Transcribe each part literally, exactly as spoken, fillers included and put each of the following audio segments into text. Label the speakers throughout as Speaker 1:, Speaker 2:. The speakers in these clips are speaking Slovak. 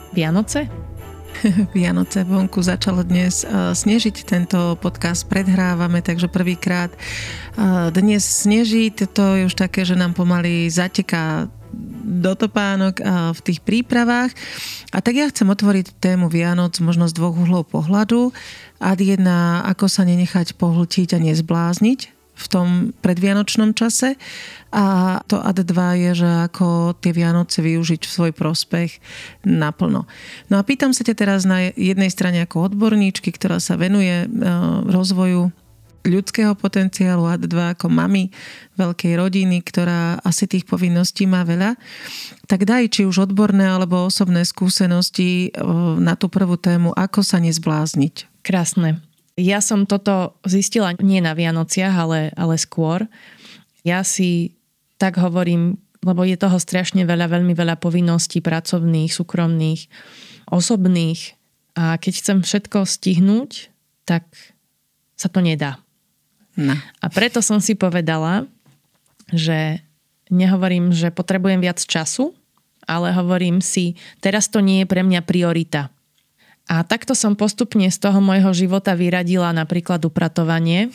Speaker 1: Vianoce?
Speaker 2: Vianoce vonku začalo dnes snežiť, tento podcast predhrávame, takže prvýkrát dnes sneží, to je už také, že nám pomaly zateká do topánok v tých prípravách. A tak ja chcem otvoriť tému Vianoc možno z dvoch uhlov pohľadu. Ad jedna, ako sa nenechať pohltiť a nezblázniť v tom predvianočnom čase, a to ad dva je, že ako tie Vianoce využiť v svoj prospech naplno. No a pýtam sa ťa teraz na jednej strane ako odborníčky, ktorá sa venuje rozvoju ľudského potenciálu, ad dva ako mami veľkej rodiny, ktorá asi tých povinností má veľa. Tak daj či už odborné alebo osobné skúsenosti na tú prvú tému, ako sa nezblázniť.
Speaker 1: Krásne. Ja som toto zistila nie na Vianociach, ale, ale skôr. Ja si tak hovorím, lebo je toho strašne veľa, veľmi veľa povinností pracovných, súkromných, osobných. A keď chcem všetko stihnúť, tak sa to nedá.
Speaker 2: No.
Speaker 1: A preto som si povedala, že nehovorím, že potrebujem viac času, ale hovorím si, teraz to nie je pre mňa priorita. A takto som postupne z toho môjho života vyradila napríklad upratovanie.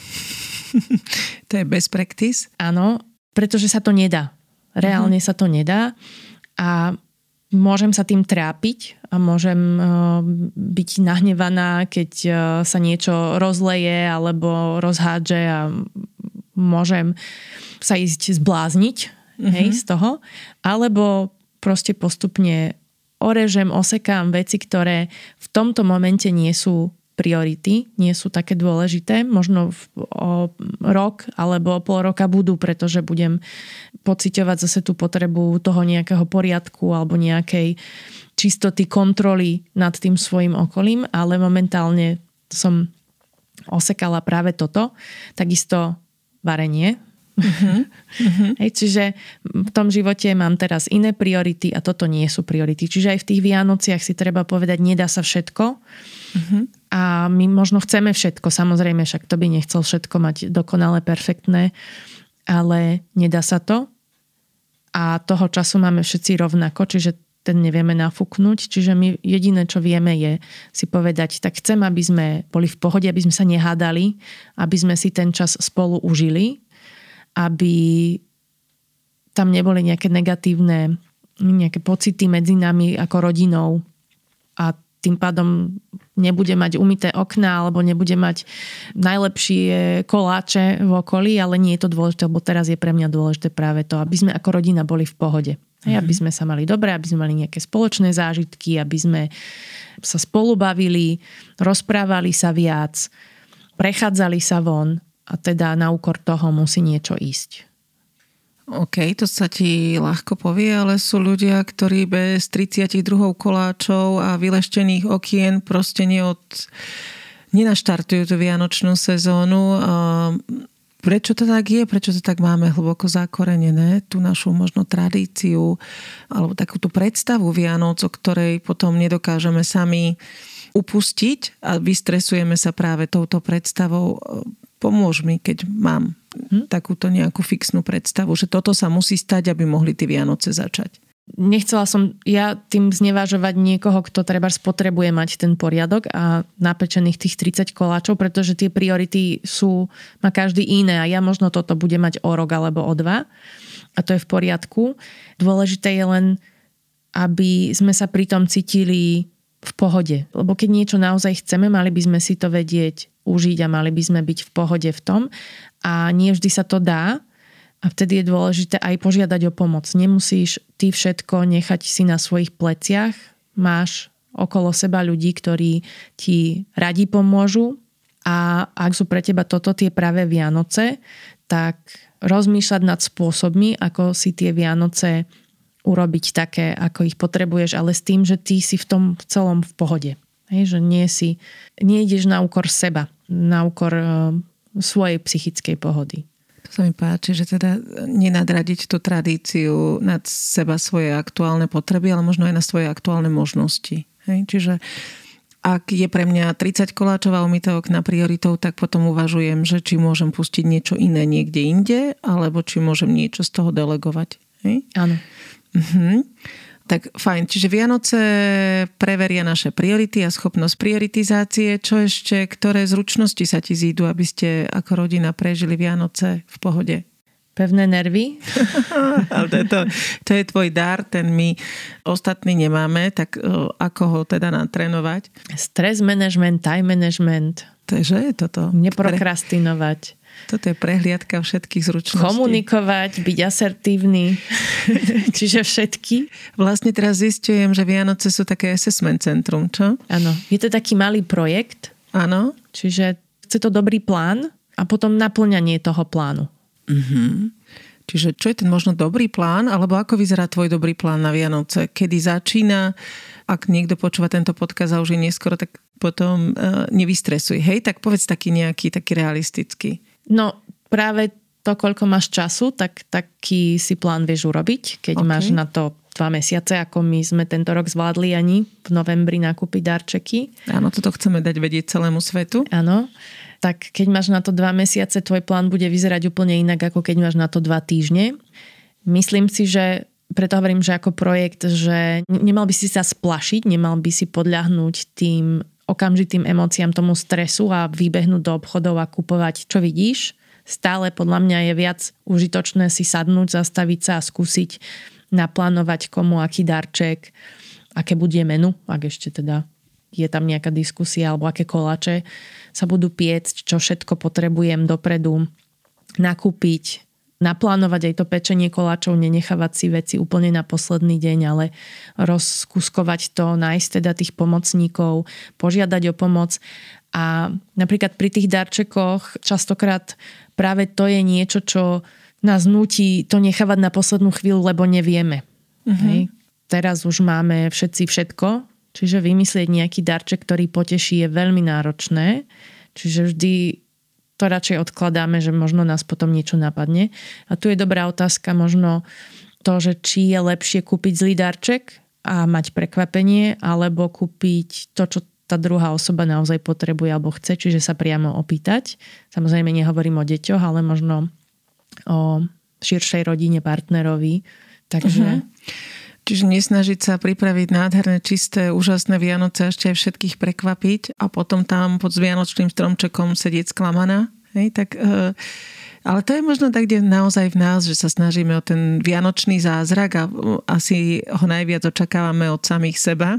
Speaker 2: To je best practice?
Speaker 1: Áno, pretože sa to nedá. Reálne uh-huh. sa to nedá. A môžem sa tým trápiť a môžem uh, byť nahnevaná, keď uh, sa niečo rozleje alebo rozhádže a môžem sa ísť zblázniť uh-huh. hej, z toho. Alebo proste postupne orežem, osekám veci, ktoré v tomto momente nie sú priority, nie sú také dôležité. Možno o rok alebo o pol roka budú, pretože budem pociťovať zase tú potrebu toho nejakého poriadku alebo nejakej čistoty, kontroly nad tým svojim okolím, ale momentálne som osekala práve toto. Takisto varenie. Uh-huh. Uh-huh. Hej, čiže v tom živote mám teraz iné priority a toto nie sú priority. Čiže aj v tých Vianociach si treba povedať, nedá sa všetko. Uh-huh. A my možno chceme všetko, samozrejme, však to by nechcel všetko mať dokonale perfektné, ale nedá sa to. A toho času máme všetci rovnako, čiže ten nevieme nafúknuť. Čiže my jediné, čo vieme, je si povedať, tak chcem, aby sme boli v pohode, aby sme sa nehádali, aby sme si ten čas spolu užili, aby tam neboli nejaké negatívne nejaké pocity medzi nami ako rodinou a tým pádom nebude mať umyté okná alebo nebude mať najlepšie koláče v okolí, ale nie je to dôležité, lebo teraz je pre mňa dôležité práve to, aby sme ako rodina boli v pohode. Mm-hmm. Aby sme sa mali dobre, aby sme mali nejaké spoločné zážitky, aby sme sa spolu bavili, rozprávali sa viac, prechádzali sa von. A teda na úkor toho musí niečo ísť. OK, to sa ti ľahko povie, ale sú ľudia, ktorí bez tridsaťdva koláčov a vyleštených okien proste neod... nenaštartujú tú vianočnú sezónu. Prečo to tak je? Prečo to tak máme hlboko zakorenené? Tú našu možno tradíciu alebo takúto predstavu Vianoc, o ktorej potom nedokážeme sami upustiť a vystresujeme sa práve touto predstavou. Pomôž mi, keď mám hm? takúto nejakú fixnú predstavu, že toto sa musí stať, aby mohli tie Vianoce začať. Nechcela som ja tým znevážovať niekoho, kto treba spotrebuje mať ten poriadok a napečených tých tridsať koláčov, pretože tie priority sú, má každý iné a ja možno toto bude mať o rok alebo o dva a to je v poriadku. Dôležité je len, aby sme sa pri tom cítili v pohode. Lebo keď niečo naozaj chceme, mali by sme si to vedieť užiť a mali by sme byť v pohode v tom. A nie vždy sa to dá. A vtedy je dôležité aj požiadať o pomoc. Nemusíš ty všetko nechať si na svojich pleciach. Máš okolo seba ľudí, ktorí ti radi pomôžu. A ak sú pre teba toto tie práve Vianoce, tak rozmýšľať nad spôsobmi, ako si tie Vianoce urobiť také, ako ich potrebuješ, ale s tým, že ty si v tom celom v pohode. Hej, že nie si, nie ideš na úkor seba, na úkor uh, svojej psychickej pohody.
Speaker 2: To sa mi páči, že teda nenadradiť tú tradíciu nad seba svoje aktuálne potreby, ale možno aj na svoje aktuálne možnosti. Hej, čiže ak je pre mňa tridsať koláčov a umyté okná prioritou, tak potom uvažujem, že či môžem pustiť niečo iné niekde inde, alebo či môžem niečo z toho delegovať. Hej?
Speaker 1: Áno.
Speaker 2: Uh-huh. Tak fajn, čiže Vianoce preveria naše priority a schopnosť prioritizácie. Čo ešte, ktoré zručnosti sa ti zídu, aby ste ako rodina prežili Vianoce v pohode?
Speaker 1: Pevné nervy.
Speaker 2: Ale to, to, to je tvoj dar, ten my ostatní nemáme, tak ako ho teda natrénovať?
Speaker 1: Stres management, time management.
Speaker 2: To je, že je toto?
Speaker 1: Neprokrastinovať.
Speaker 2: Toto je prehliadka všetkých zručností.
Speaker 1: Komunikovať, byť asertívny. Čiže všetky.
Speaker 2: Vlastne teraz zistujem, že Vianoce sú také assessment centrum, čo?
Speaker 1: Áno. Je to taký malý projekt.
Speaker 2: Áno.
Speaker 1: Čiže chce to dobrý plán a potom naplňanie toho plánu.
Speaker 2: Mhm. Čiže čo je ten možno dobrý plán, alebo ako vyzerá tvoj dobrý plán na Vianoce? Kedy začína? Ak niekto počúva tento podcast a už je neskoro, tak potom uh, nevystresuj. Hej, tak povedz taký nejaký, taký realistický.
Speaker 1: No práve to, koľko máš času, tak taký si plán vieš urobiť, keď okay. máš na to dva mesiace, ako my sme tento rok zvládli ani v novembri nakúpiť darčeky.
Speaker 2: Áno, toto chceme dať vedieť celému svetu.
Speaker 1: Áno, tak keď máš na to dva mesiace, tvoj plán bude vyzerať úplne inak, ako keď máš na to dva týždne. Myslím si, že preto hovorím, že ako projekt, že nemal by si sa splašiť, nemal by si podľahnúť tým okamžitým emóciám, tomu stresu a vybehnúť do obchodov a kupovať, čo vidíš. Stále podľa mňa je viac užitočné si sadnúť, zastaviť sa a skúsiť naplánovať komu aký darček, aké bude menu, ak ešte teda je tam nejaká diskusia, alebo aké koláče sa budú piecť, čo všetko potrebujem dopredu nakúpiť, naplánovať aj to pečenie koláčov, nenechávať si veci úplne na posledný deň, ale rozkuskovať to, nájsť teda tých pomocníkov, požiadať o pomoc. A napríklad pri tých darčekoch častokrát práve to je niečo, čo nás núti to nechávať na poslednú chvíľu, lebo nevieme. Uh-huh. Hej. Teraz už máme všetci všetko, čiže vymyslieť nejaký darček, ktorý poteší, je veľmi náročné. Čiže vždy to radšej odkladáme, že možno nás potom niečo napadne. A tu je dobrá otázka možno to, že či je lepšie kúpiť zlý darček a mať prekvapenie, alebo kúpiť to, čo tá druhá osoba naozaj potrebuje alebo chce, čiže sa priamo opýtať. Samozrejme nehovorím o deťoch, ale možno o širšej rodine, partnerovi. Takže... Uh-huh.
Speaker 2: Čiže nesnažiť sa pripraviť nádherné, čisté, úžasné Vianoce, ešte aj všetkých prekvapiť a potom tam pod vianočným stromčekom sedieť sklamaná. Hej, tak, e, ale to je možno tak, kde naozaj v nás, že sa snažíme o ten vianočný zázrak a asi ho najviac očakávame od samých seba.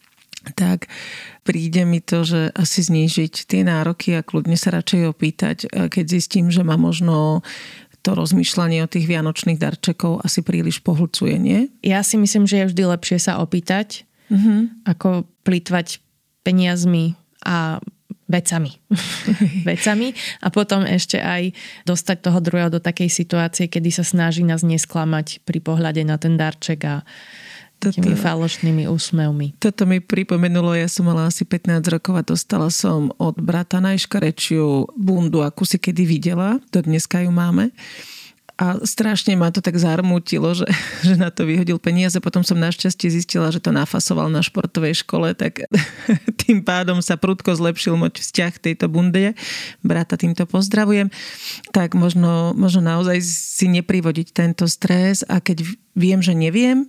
Speaker 2: Tak príde mi to, že asi znížiť tie nároky a kľudne sa radšej opýtať, keď zistím, že ma možno to rozmýšľanie o tých vianočných darčekov asi príliš pohlcuje, nie? Ja
Speaker 1: si myslím, že je vždy lepšie sa opýtať, mm-hmm. ako plýtvať peniazmi a vecami. vecami a potom ešte aj dostať toho druhého do takej situácie, kedy sa snaží nás nesklamať pri pohľade na ten darček a takými falošnými úsmevmi.
Speaker 2: Toto mi pripomenulo, ja som mala asi pätnásť rokov a dostala som od brata najškarečiu bundu, akú si kedy videla. Do dneska ju máme. A strašne ma to tak zarmútilo, že, že na to vyhodil peniaze. Potom som našťastie zistila, že to nafasoval na športovej škole, tak tým pádom sa prudko zlepšil môj vzťah tejto bunde. Brata týmto pozdravujem. Tak možno, možno naozaj si neprivodiť tento stres a keď viem, že neviem,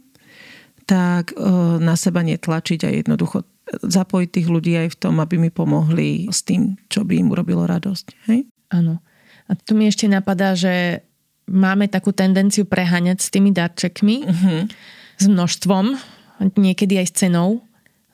Speaker 2: tak na seba netlačiť a jednoducho zapojiť tých ľudí aj v tom, aby mi pomohli s tým, čo by im urobilo radosť. Hej?
Speaker 1: Áno. A tu mi ešte napadá, že máme takú tendenciu preháňať s tými darčekmi, uh-huh. s množstvom, niekedy aj s cenou,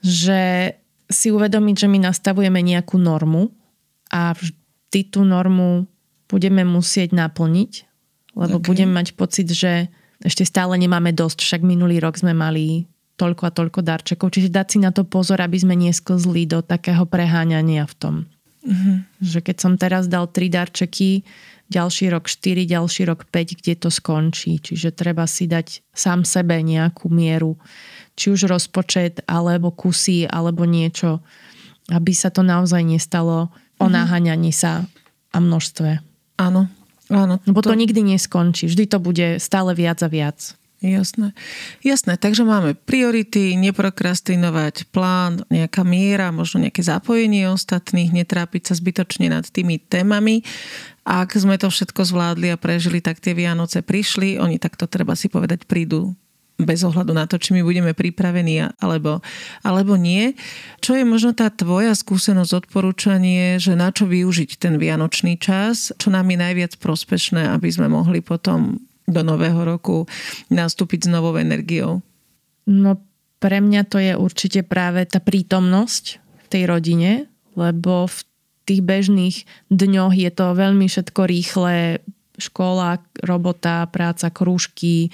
Speaker 1: že si uvedomiť, že my nastavujeme nejakú normu a vždy tú normu budeme musieť naplniť, lebo okay. budeme mať pocit, že ešte stále nemáme dosť, však minulý rok sme mali toľko a toľko darčekov, čiže dať si na to pozor, aby sme nesklzli do takého preháňania v tom. Uh-huh. Že keď som teraz dal tri darčeky, ďalší rok štyri, ďalší rok päť, kde to skončí. Čiže treba si dať sám sebe nejakú mieru, či už rozpočet, alebo kusy, alebo niečo, aby sa to naozaj nestalo o naháňaní sa a množstve.
Speaker 2: Áno. Áno,
Speaker 1: Lebo to... to nikdy neskončí. Vždy to bude stále viac a viac.
Speaker 2: Jasné. Jasné, takže máme priority, neprokrastinovať, plán, nejaká miera, možno nejaké zapojenie ostatných, netrápiť sa zbytočne nad tými témami. A ak sme to všetko zvládli a prežili, tak tie Vianoce prišli. Oni takto, treba si povedať, prídu bez ohľadu na to, či my budeme pripravení alebo, alebo nie. Čo je možno tá tvoja skúsenosť, odporúčanie, že na čo využiť ten vianočný čas, čo nám je najviac prospešné, aby sme mohli potom do nového roku nastúpiť s novou energiou?
Speaker 1: No pre mňa to je určite práve tá prítomnosť v tej rodine, lebo v tých bežných dňoch je to veľmi všetko rýchle, škola, robota, práca, krúžky,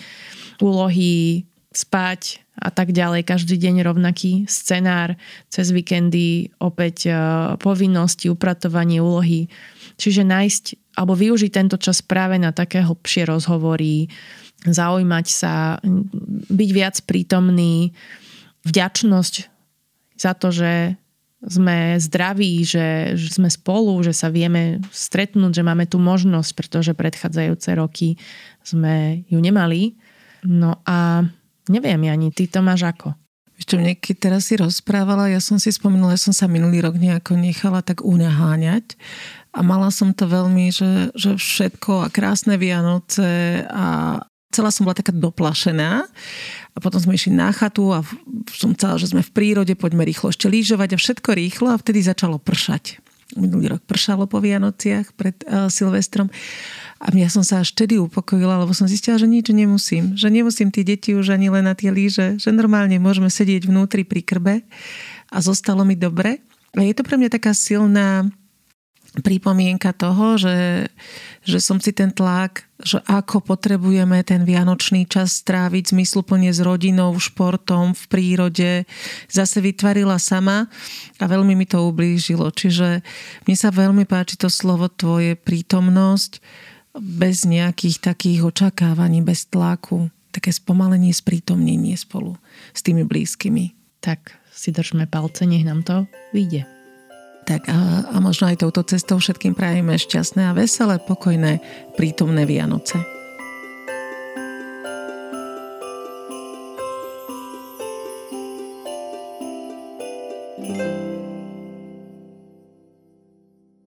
Speaker 1: úlohy, spať a tak ďalej. Každý deň rovnaký scenár, cez víkendy opäť povinnosti, upratovanie, úlohy. Čiže nájsť alebo využiť tento čas práve na také hlbšie rozhovory, zaujímať sa, byť viac prítomný, vďačnosť za to, že sme zdraví, že, že sme spolu, že sa vieme stretnúť, že máme tú možnosť, pretože predchádzajúce roky sme ju nemali. No a neviem, Jani, ty to máš ako?
Speaker 2: Ešte mne, keď teraz si rozprávala, ja som si spomenula, ja som sa minulý rok nejako nechala tak unaháňať a mala som to veľmi, že, že všetko a krásne Vianoce a celá som bola taká doplašená. A potom sme išli na chatu a som chcela, že sme v prírode, poďme rýchlo ešte lyžovať a všetko rýchlo a vtedy začalo pršať. Minulý rok pršalo po Vianociach pred uh, Silvestrom a ja som sa až vtedy upokojila, lebo som zistila, že nič nemusím. Že nemusím tie deti už ani len na tie lyže, že normálne môžeme sedieť vnútri pri krbe a zostalo mi dobre. A je to pre mňa taká silná pripomienka toho, že, že som si ten tlak, že ako potrebujeme ten vianočný čas stráviť zmysluplne s rodinou, športom, v prírode, zase vytvarila sama a veľmi mi to ublížilo. Čiže mne sa veľmi páči to slovo tvoje, prítomnosť, bez nejakých takých očakávaní, bez tlaku. Také spomalenie, sprítomnenie spolu s tými blízkymi.
Speaker 1: Tak si držme palce, nech nám to vyjde.
Speaker 2: Tak a, a možno aj touto cestou všetkým prajeme šťastné a veselé, pokojné, prítomné Vianoce.
Speaker 3: thank you